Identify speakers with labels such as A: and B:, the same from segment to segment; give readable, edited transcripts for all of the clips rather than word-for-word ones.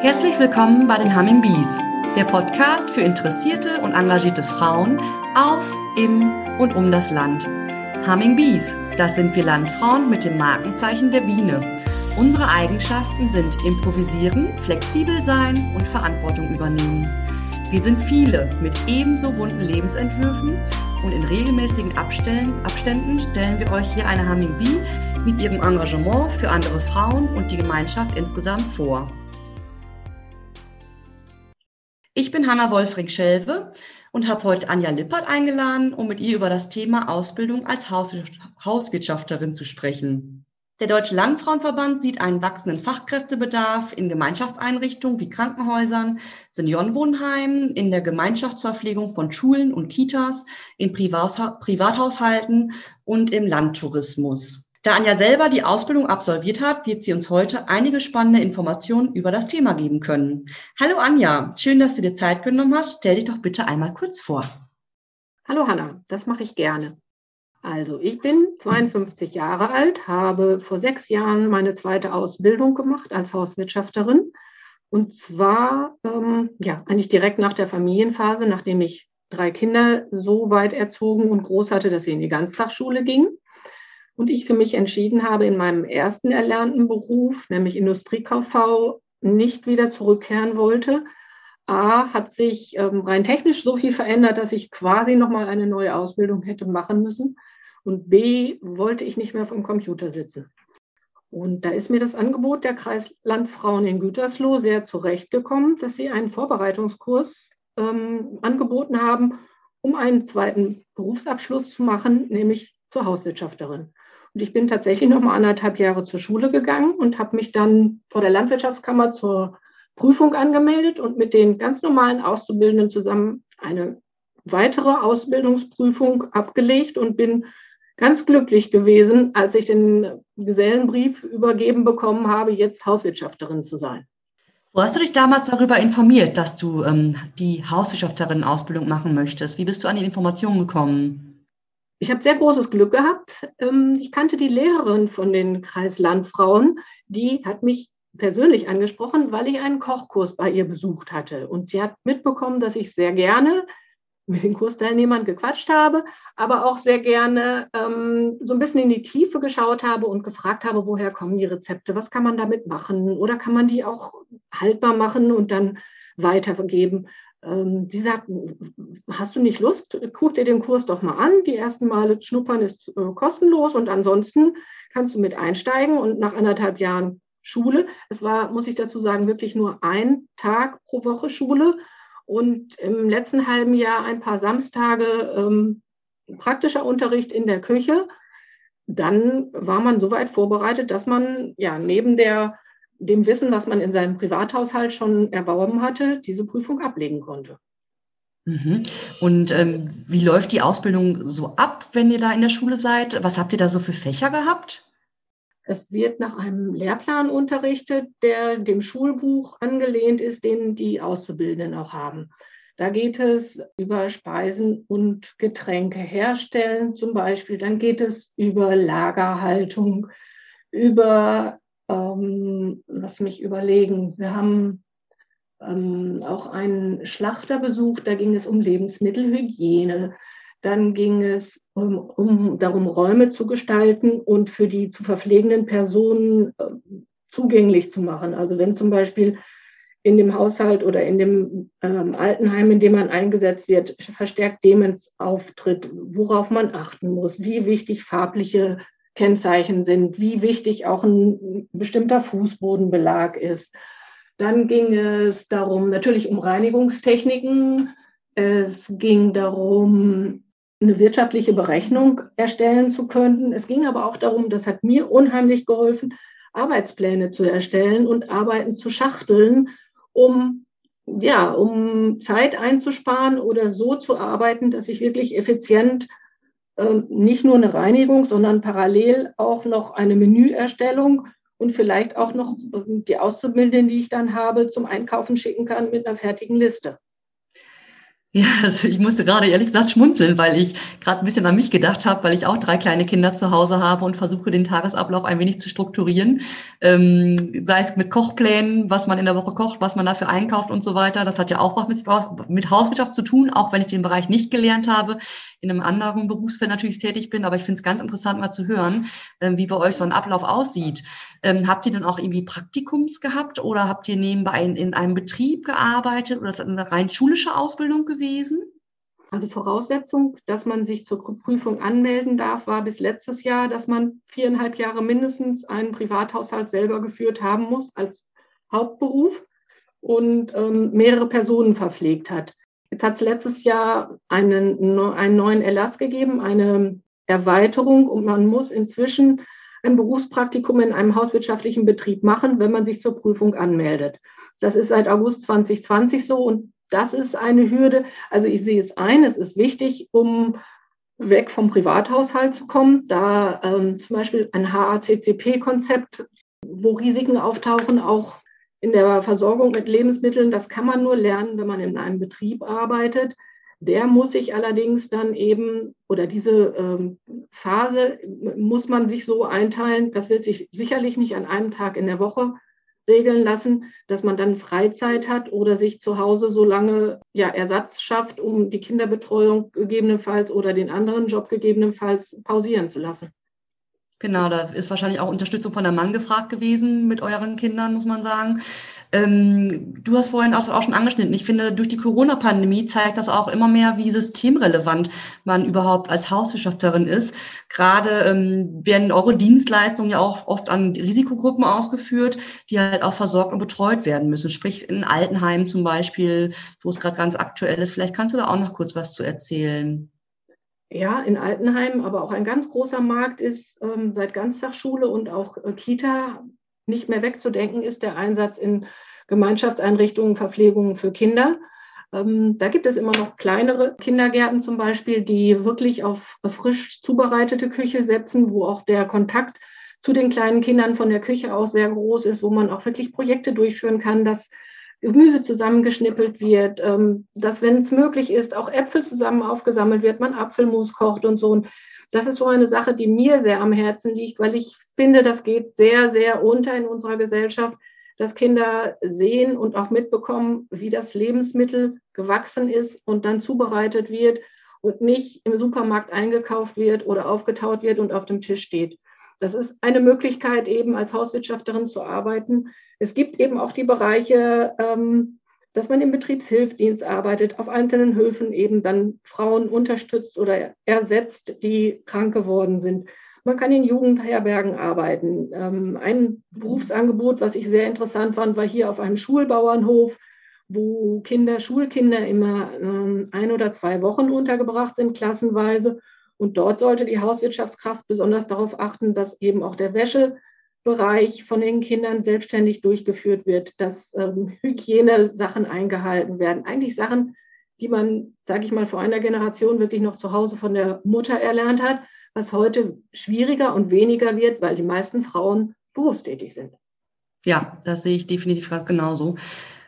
A: Herzlich willkommen bei den Humming Bees, der Podcast für interessierte und engagierte Frauen auf, im und um das Land. Humming Bees, das sind wir Landfrauen mit dem Markenzeichen der Biene. Unsere Eigenschaften sind improvisieren, flexibel sein und Verantwortung übernehmen. Wir sind viele mit ebenso bunten Lebensentwürfen und in regelmäßigen Abständen stellen wir euch hier eine Humming Bee mit ihrem Engagement für andere Frauen und die Gemeinschaft insgesamt vor. Ich bin Hanna Wolfring-Schelve und habe heute Anja Lippert eingeladen, um mit ihr über das Thema Ausbildung als Hauswirtschafterin zu sprechen. Der Deutsche Landfrauenverband sieht einen wachsenden Fachkräftebedarf in Gemeinschaftseinrichtungen wie Krankenhäusern, Seniorenwohnheimen, in der Gemeinschaftsverpflegung von Schulen und Kitas, in Privathaushalten und im Landtourismus. Da Anja selber die Ausbildung absolviert hat, wird sie uns heute einige spannende Informationen über das Thema geben können. Hallo Anja, schön, dass du dir Zeit genommen hast. Stell dich doch bitte einmal kurz vor.
B: Hallo Hanna, das mache ich gerne. Also ich bin 52 Jahre alt, habe vor 6 Jahren meine zweite Ausbildung gemacht als Hauswirtschafterin. Und zwar eigentlich direkt nach der Familienphase, nachdem ich 3 Kinder so weit erzogen und groß hatte, dass sie in die Ganztagsschule gingen. Und ich für mich entschieden habe, in meinem ersten erlernten Beruf, nämlich Industriekauffrau, nicht wieder zurückkehren wollte. A, hat sich rein technisch so viel verändert, dass ich quasi nochmal eine neue Ausbildung hätte machen müssen. Und B, wollte ich nicht mehr vom Computer sitzen. Und da ist mir das Angebot der Kreislandfrauen in Gütersloh sehr zurechtgekommen, dass sie einen Vorbereitungskurs angeboten haben, um einen zweiten Berufsabschluss zu machen, nämlich zur Hauswirtschafterin. Und ich bin tatsächlich noch mal 1,5 Jahre zur Schule gegangen und habe mich dann vor der Landwirtschaftskammer zur Prüfung angemeldet und mit den ganz normalen Auszubildenden zusammen eine weitere Ausbildungsprüfung abgelegt und bin ganz glücklich gewesen, als ich den Gesellenbrief übergeben bekommen habe, jetzt Hauswirtschafterin zu sein.
A: Wo hast du dich damals darüber informiert, dass du die Hauswirtschafterin-Ausbildung machen möchtest? Wie bist du an die Informationen gekommen?
B: Ich habe sehr großes Glück gehabt. Ich kannte die Lehrerin von den Kreislandfrauen, die hat mich persönlich angesprochen, weil ich einen Kochkurs bei ihr besucht hatte. Und sie hat mitbekommen, dass ich sehr gerne mit den Kursteilnehmern gequatscht habe, aber auch sehr gerne so ein bisschen in die Tiefe geschaut habe und gefragt habe, woher kommen die Rezepte, was kann man damit machen oder kann man die auch haltbar machen und dann weitergeben. Sie sagten, hast du nicht Lust? Guck dir den Kurs doch mal an. Die ersten Male schnuppern ist kostenlos und ansonsten kannst du mit einsteigen. Und nach 1,5 Jahren Schule, es war, muss ich dazu sagen, wirklich nur ein Tag pro Woche Schule und im letzten halben Jahr ein paar Samstage praktischer Unterricht in der Küche. Dann war man so weit vorbereitet, dass man neben dem Wissen, was man in seinem Privathaushalt schon erworben hatte, diese Prüfung ablegen konnte.
A: Und wie läuft die Ausbildung so ab, wenn ihr da in der Schule seid? Was habt ihr da so für Fächer gehabt?
B: Es wird nach einem Lehrplan unterrichtet, der dem Schulbuch angelehnt ist, den die Auszubildenden auch haben. Da geht es über Speisen und Getränke herstellen zum Beispiel. Dann geht es über Lagerhaltung, über lass mich überlegen. Wir haben auch einen Schlachter besucht, da ging es um Lebensmittelhygiene. Dann ging es darum, Räume zu gestalten und für die zu verpflegenden Personen zugänglich zu machen. Also wenn zum Beispiel in dem Haushalt oder in dem Altenheim, in dem man eingesetzt wird, verstärkt Demenz auftritt, worauf man achten muss, wie wichtig farbliche Kennzeichen sind, wie wichtig auch ein bestimmter Fußbodenbelag ist. Dann ging es darum, natürlich um Reinigungstechniken. Es ging darum, eine wirtschaftliche Berechnung erstellen zu können. Es ging aber auch darum, das hat mir unheimlich geholfen, Arbeitspläne zu erstellen und Arbeiten zu schachteln, um Zeit einzusparen oder so zu arbeiten, dass ich wirklich effizient nicht nur eine Reinigung, sondern parallel auch noch eine Menüerstellung und vielleicht auch noch die Auszubildenden, die ich dann habe, zum Einkaufen schicken kann mit einer fertigen Liste.
A: Ja, also ich musste gerade ehrlich gesagt schmunzeln, weil ich gerade ein bisschen an mich gedacht habe, weil ich auch 3 kleine Kinder zu Hause habe und versuche, den Tagesablauf ein wenig zu strukturieren. Sei es mit Kochplänen, was man in der Woche kocht, was man dafür einkauft und so weiter. Das hat ja auch was mit Hauswirtschaft zu tun, auch wenn ich den Bereich nicht gelernt habe, in einem anderen Berufsfeld natürlich tätig bin. Aber ich finde es ganz interessant, mal zu hören, wie bei euch so ein Ablauf aussieht. Habt ihr denn auch irgendwie Praktikums gehabt oder habt ihr nebenbei in einem Betrieb gearbeitet oder ist das eine rein schulische Ausbildung gewesen?
B: Also Voraussetzung, dass man sich zur Prüfung anmelden darf, war bis letztes Jahr, dass man 4,5 Jahre mindestens einen Privathaushalt selber geführt haben muss als Hauptberuf und mehrere Personen verpflegt hat. Jetzt hat es letztes Jahr einen neuen Erlass gegeben, eine Erweiterung, und man muss inzwischen ein Berufspraktikum in einem hauswirtschaftlichen Betrieb machen, wenn man sich zur Prüfung anmeldet. Das ist seit August 2020 so, und das ist eine Hürde. Also ich sehe es ein, es ist wichtig, um weg vom Privathaushalt zu kommen, da zum Beispiel ein HACCP-Konzept, wo Risiken auftauchen, auch in der Versorgung mit Lebensmitteln, das kann man nur lernen, wenn man in einem Betrieb arbeitet. Der muss sich allerdings dann eben, oder diese Phase muss man sich so einteilen, das wird sich sicherlich nicht an einem Tag in der Woche regeln lassen, dass man dann Freizeit hat oder sich zu Hause so lange Ersatz schafft, um die Kinderbetreuung gegebenenfalls oder den anderen Job gegebenenfalls pausieren zu lassen.
A: Genau, da ist wahrscheinlich auch Unterstützung von der Mann gefragt gewesen mit euren Kindern, muss man sagen. Du hast vorhin auch schon angeschnitten. Ich finde, durch die Corona-Pandemie zeigt das auch immer mehr, wie systemrelevant man überhaupt als Hauswirtschafterin ist. Gerade werden eure Dienstleistungen ja auch oft an Risikogruppen ausgeführt, die halt auch versorgt und betreut werden müssen. Sprich in Altenheimen zum Beispiel, wo es gerade ganz aktuell ist. Vielleicht kannst du da auch noch kurz was zu erzählen.
B: Ja, in Altenheimen, aber auch ein ganz großer Markt ist seit Ganztagsschule und auch Kita nicht mehr wegzudenken, ist der Einsatz in Gemeinschaftseinrichtungen, Verpflegungen für Kinder. Da gibt es immer noch kleinere Kindergärten zum Beispiel, die wirklich auf frisch zubereitete Küche setzen, wo auch der Kontakt zu den kleinen Kindern von der Küche aus sehr groß ist, wo man auch wirklich Projekte durchführen kann, dass Gemüse zusammengeschnippelt wird, dass, wenn es möglich ist, auch Äpfel zusammen aufgesammelt wird, man Apfelmus kocht und so. Und das ist so eine Sache, die mir sehr am Herzen liegt, weil ich finde, das geht sehr, sehr unter in unserer Gesellschaft, dass Kinder sehen und auch mitbekommen, wie das Lebensmittel gewachsen ist und dann zubereitet wird und nicht im Supermarkt eingekauft wird oder aufgetaut wird und auf dem Tisch steht. Das ist eine Möglichkeit, eben als Hauswirtschafterin zu arbeiten. Es gibt eben auch die Bereiche, dass man im Betriebshilfdienst arbeitet, auf einzelnen Höfen eben dann Frauen unterstützt oder ersetzt, die krank geworden sind. Man kann in Jugendherbergen arbeiten. Ein Berufsangebot, was ich sehr interessant fand, war hier auf einem Schulbauernhof, wo Schulkinder immer 1 oder 2 Wochen untergebracht sind, klassenweise. Und dort sollte die Hauswirtschaftskraft besonders darauf achten, dass eben auch der Wäschebereich von den Kindern selbstständig durchgeführt wird, dass Hygienesachen eingehalten werden. Eigentlich Sachen, die man, sage ich mal, vor einer Generation wirklich noch zu Hause von der Mutter erlernt hat, was heute schwieriger und weniger wird, weil die meisten Frauen berufstätig sind.
A: Ja, das sehe ich definitiv ganz genauso.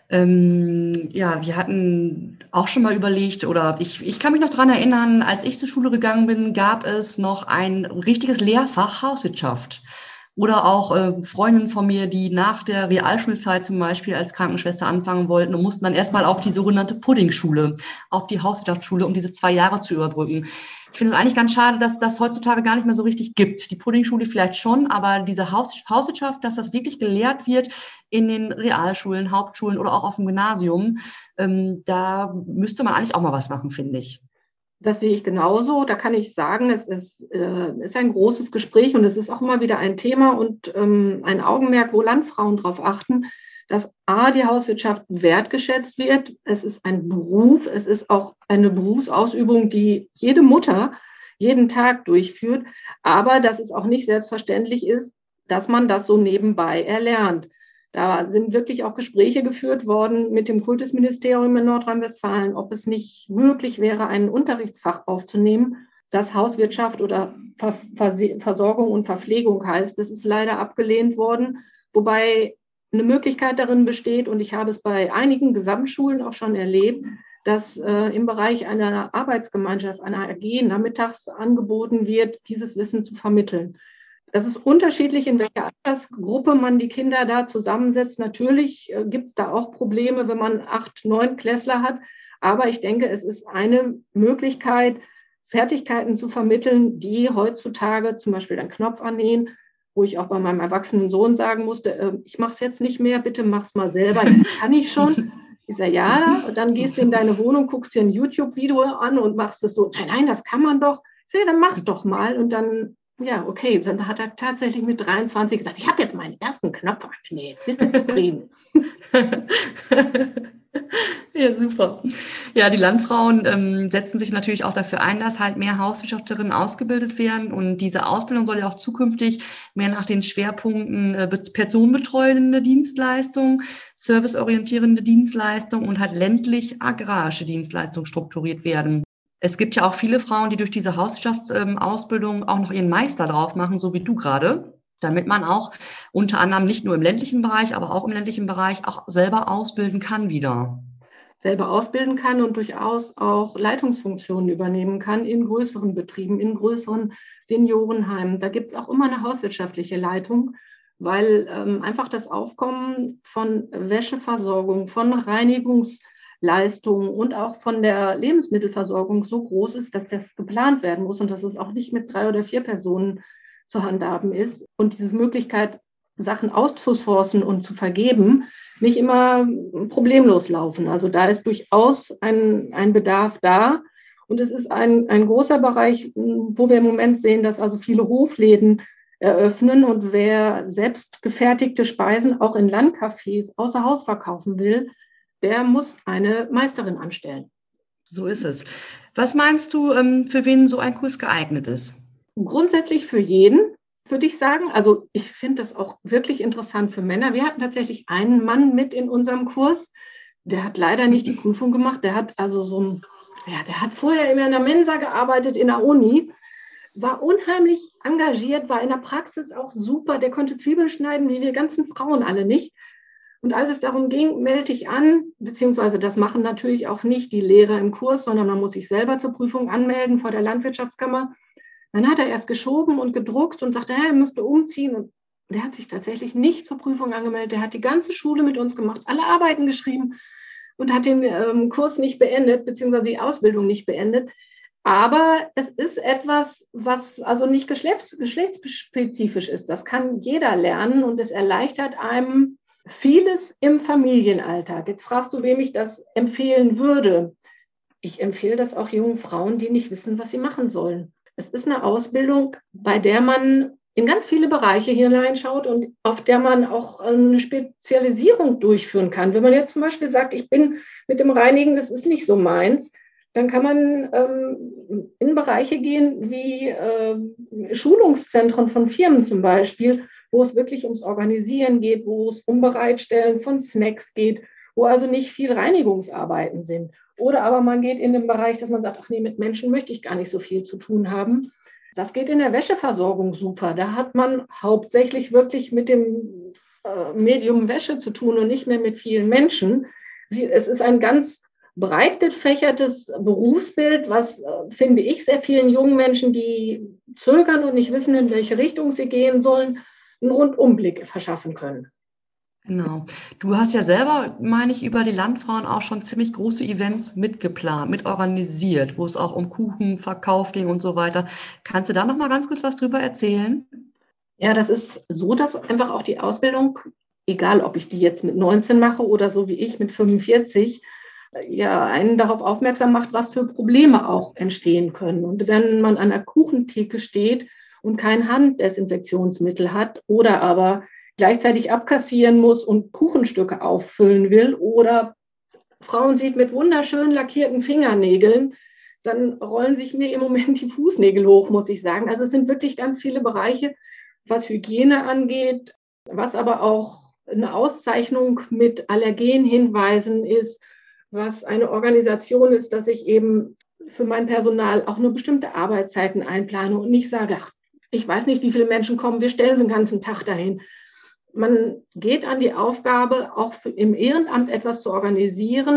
A: Wir hatten auch schon mal überlegt, oder ich kann mich noch dran erinnern, als ich zur Schule gegangen bin, gab es noch ein richtiges Lehrfach Hauswirtschaft. Oder auch Freundinnen von mir, die nach der Realschulzeit zum Beispiel als Krankenschwester anfangen wollten und mussten dann erstmal auf die sogenannte Puddingschule, auf die Hauswirtschaftsschule, um diese 2 Jahre zu überbrücken. Ich finde es eigentlich ganz schade, dass das heutzutage gar nicht mehr so richtig gibt. Die Puddingschule vielleicht schon, aber diese Hauswirtschaft, dass das wirklich gelehrt wird in den Realschulen, Hauptschulen oder auch auf dem Gymnasium, da müsste man eigentlich auch mal was machen, finde ich.
B: Das sehe ich genauso. Da kann ich sagen, es ist ein großes Gespräch und es ist auch immer wieder ein Thema und ein Augenmerk, wo Landfrauen darauf achten, dass die Hauswirtschaft wertgeschätzt wird. Es ist ein Beruf, es ist auch eine Berufsausübung, die jede Mutter jeden Tag durchführt, aber dass es auch nicht selbstverständlich ist, dass man das so nebenbei erlernt. Da sind wirklich auch Gespräche geführt worden mit dem Kultusministerium in Nordrhein-Westfalen, ob es nicht möglich wäre, ein Unterrichtsfach aufzunehmen, das Hauswirtschaft oder Versorgung und Verpflegung heißt. Das ist leider abgelehnt worden, wobei eine Möglichkeit darin besteht, und ich habe es bei einigen Gesamtschulen auch schon erlebt, dass im Bereich einer Arbeitsgemeinschaft, einer AG, nachmittags angeboten wird, dieses Wissen zu vermitteln. Das ist unterschiedlich, in welcher Altersgruppe man die Kinder da zusammensetzt. Natürlich gibt es da auch Probleme, wenn man 8, 9 Klässler hat. Aber ich denke, es ist eine Möglichkeit, Fertigkeiten zu vermitteln, die heutzutage zum Beispiel ein Knopf annähen, wo ich auch bei meinem erwachsenen Sohn sagen musste, ich mache es jetzt nicht mehr, bitte mach es mal selber, das kann ich schon. Ich sage, ja, dann gehst du in deine Wohnung, guckst dir ein YouTube-Video an und machst es so, nein, das kann man doch. Ich sage, dann mach's doch mal. Und dann, ja, okay, dann hat er tatsächlich mit 23 gesagt, ich habe jetzt meinen ersten Knopf angenäht. Bist du zufrieden?
A: Ja, super. Ja, die Landfrauen setzen sich natürlich auch dafür ein, dass halt mehr Hauswirtschafterinnen ausgebildet werden. Und diese Ausbildung soll ja auch zukünftig mehr nach den Schwerpunkten personenbetreuende Dienstleistung, serviceorientierende Dienstleistung und halt ländlich-agrarische Dienstleistung strukturiert werden. Es gibt ja auch viele Frauen, die durch diese Hauswirtschaftsausbildung auch noch ihren Meister drauf machen, so wie du gerade, damit man auch unter anderem nicht nur im ländlichen Bereich, aber auch im ländlichen Bereich auch selber ausbilden kann wieder.
B: Selber ausbilden kann und durchaus auch Leitungsfunktionen übernehmen kann in größeren Betrieben, in größeren Seniorenheimen. Da gibt es auch immer eine hauswirtschaftliche Leitung, weil einfach das Aufkommen von Wäscheversorgung, von Reinigungsleistungen und auch von der Lebensmittelversorgung so groß ist, dass das geplant werden muss und dass es auch nicht mit 3 oder 4 Personen zu handhaben ist. Und diese Möglichkeit, Sachen auszusourcen und zu vergeben, nicht immer problemlos laufen. Also da ist durchaus ein Bedarf da. Und es ist ein großer Bereich, wo wir im Moment sehen, dass also viele Hofläden eröffnen. Und wer selbst gefertigte Speisen auch in Landcafés außer Haus verkaufen will, der muss eine Meisterin anstellen.
A: So ist es. Was meinst du, für wen so ein Kurs geeignet ist?
B: Grundsätzlich für jeden, würde ich sagen. Also ich finde das auch wirklich interessant für Männer. Wir hatten tatsächlich einen Mann mit in unserem Kurs, der hat leider nicht die Prüfung gemacht. Der hat also der hat vorher in einer Mensa gearbeitet in der Uni, war unheimlich engagiert, war in der Praxis auch super. Der konnte Zwiebeln schneiden, wie wir ganzen Frauen alle nicht. Und als es darum ging, melde dich an, beziehungsweise das machen natürlich auch nicht die Lehrer im Kurs, sondern man muss sich selber zur Prüfung anmelden vor der Landwirtschaftskammer. Dann hat er erst geschoben und gedruckt und sagte, er müsste umziehen. Und der hat sich tatsächlich nicht zur Prüfung angemeldet. Der hat die ganze Schule mit uns gemacht, alle Arbeiten geschrieben und hat den Kurs nicht beendet, beziehungsweise die Ausbildung nicht beendet. Aber es ist etwas, was also nicht geschlechtsspezifisch ist. Das kann jeder lernen und es erleichtert einem vieles im Familienalltag. Jetzt fragst du, wem ich das empfehlen würde. Ich empfehle das auch jungen Frauen, die nicht wissen, was sie machen sollen. Es ist eine Ausbildung, bei der man in ganz viele Bereiche hineinschaut und auf der man auch eine Spezialisierung durchführen kann. Wenn man jetzt zum Beispiel sagt, ich bin mit dem Reinigen, das ist nicht so meins, dann kann man in Bereiche gehen wie Schulungszentren von Firmen zum Beispiel, wo es wirklich ums Organisieren geht, wo es um Bereitstellen von Snacks geht, wo also nicht viel Reinigungsarbeiten sind. Oder aber man geht in den Bereich, dass man sagt, ach nee, mit Menschen möchte ich gar nicht so viel zu tun haben. Das geht in der Wäscheversorgung super. Da hat man hauptsächlich wirklich mit dem Medium Wäsche zu tun und nicht mehr mit vielen Menschen. Es ist ein ganz breit gefächertes Berufsbild, was, finde ich, sehr vielen jungen Menschen, die zögern und nicht wissen, in welche Richtung sie gehen sollen, einen Rundumblick verschaffen können.
A: Genau. Du hast ja selber, meine ich, über die Landfrauen auch schon ziemlich große Events mitgeplant, mitorganisiert, wo es auch um Kuchenverkauf ging und so weiter. Kannst du da noch mal ganz kurz was drüber erzählen?
B: Ja, das ist so, dass einfach auch die Ausbildung, egal ob ich die jetzt mit 19 mache oder so wie ich mit 45, ja, einen darauf aufmerksam macht, was für Probleme auch entstehen können. Und wenn man an der Kuchentheke steht und kein Handdesinfektionsmittel hat oder aber gleichzeitig abkassieren muss und Kuchenstücke auffüllen will oder Frauen sieht mit wunderschön lackierten Fingernägeln, dann rollen sich mir im Moment die Fußnägel hoch, muss ich sagen. Also es sind wirklich ganz viele Bereiche, was Hygiene angeht, was aber auch eine Auszeichnung mit Allergenhinweisen ist, was eine Organisation ist, dass ich eben für mein Personal auch nur bestimmte Arbeitszeiten einplane und nicht sage, ach, ich weiß nicht, wie viele Menschen kommen, wir stellen sie den ganzen Tag dahin. Man geht an die Aufgabe, auch im Ehrenamt etwas zu organisieren,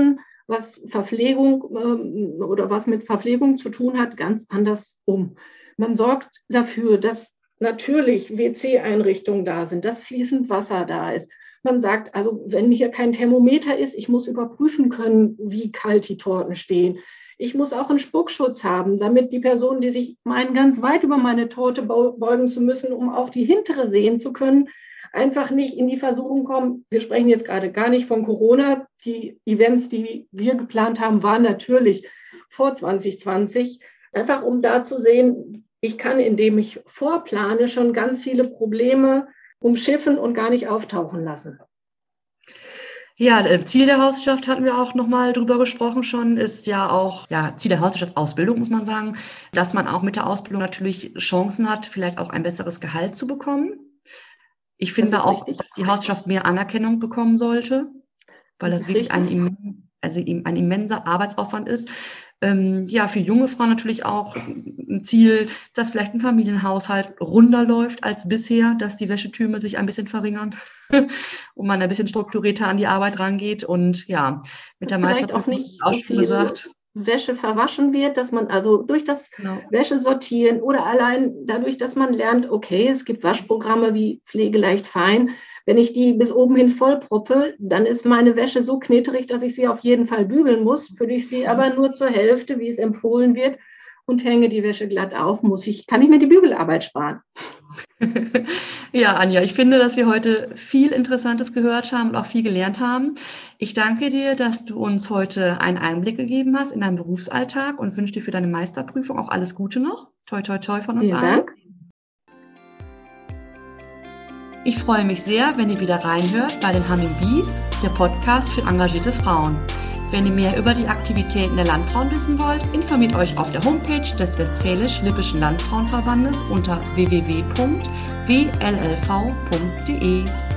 B: was Verpflegung oder was mit Verpflegung zu tun hat, ganz anders um. Man sorgt dafür, dass natürlich WC-Einrichtungen da sind, dass fließend Wasser da ist. Man sagt, also wenn hier kein Thermometer ist, ich muss überprüfen können, wie kalt die Torten stehen. Ich muss auch einen Spuckschutz haben, damit die Personen, die sich meinen, ganz weit über meine Torte beugen zu müssen, um auch die hintere sehen zu können, einfach nicht in die Versuchung kommen. Wir sprechen jetzt gerade gar nicht von Corona. Die Events, die wir geplant haben, waren natürlich vor 2020. Einfach um da zu sehen, ich kann, indem ich vorplane, schon ganz viele Probleme umschiffen und gar nicht auftauchen lassen.
A: Ja, Ziel der Hauswirtschaft hatten wir auch nochmal drüber gesprochen schon, ist ja auch, Ziel der Hauswirtschaftsausbildung, muss man sagen, dass man auch mit der Ausbildung natürlich Chancen hat, vielleicht auch ein besseres Gehalt zu bekommen. Ich finde auch, dass die Hauswirtschaft mehr Anerkennung bekommen sollte, weil das wirklich ein immenser Arbeitsaufwand ist. Für junge Frauen natürlich auch ein Ziel, dass vielleicht ein Familienhaushalt runder läuft als bisher, dass die Wäschetürme sich ein bisschen verringern und man ein bisschen strukturierter an die Arbeit rangeht und mit der Meisterprüfung
B: auch schon gesagt, Wäsche verwaschen wird, dass man also durch das Wäsche sortieren oder allein dadurch, dass man lernt, okay, es gibt Waschprogramme wie Pflegeleicht fein. Wenn ich die bis oben hin vollproppe, dann ist meine Wäsche so knitterig, dass ich sie auf jeden Fall bügeln muss. Fülle ich sie aber nur zur Hälfte, wie es empfohlen wird, und hänge die Wäsche glatt auf, kann ich mir die Bügelarbeit sparen.
A: Ja, Anja, ich finde, dass wir heute viel Interessantes gehört haben und auch viel gelernt haben. Ich danke dir, dass du uns heute einen Einblick gegeben hast in deinen Berufsalltag und wünsche dir für deine Meisterprüfung auch alles Gute noch. Toi, toi, toi von uns allen. Dank. Ich freue mich sehr, wenn ihr wieder reinhört bei den Humming Bees, der Podcast für engagierte Frauen. Wenn ihr mehr über die Aktivitäten der Landfrauen wissen wollt, informiert euch auf der Homepage des Westfälisch-Lippischen Landfrauenverbandes unter www.wllv.de.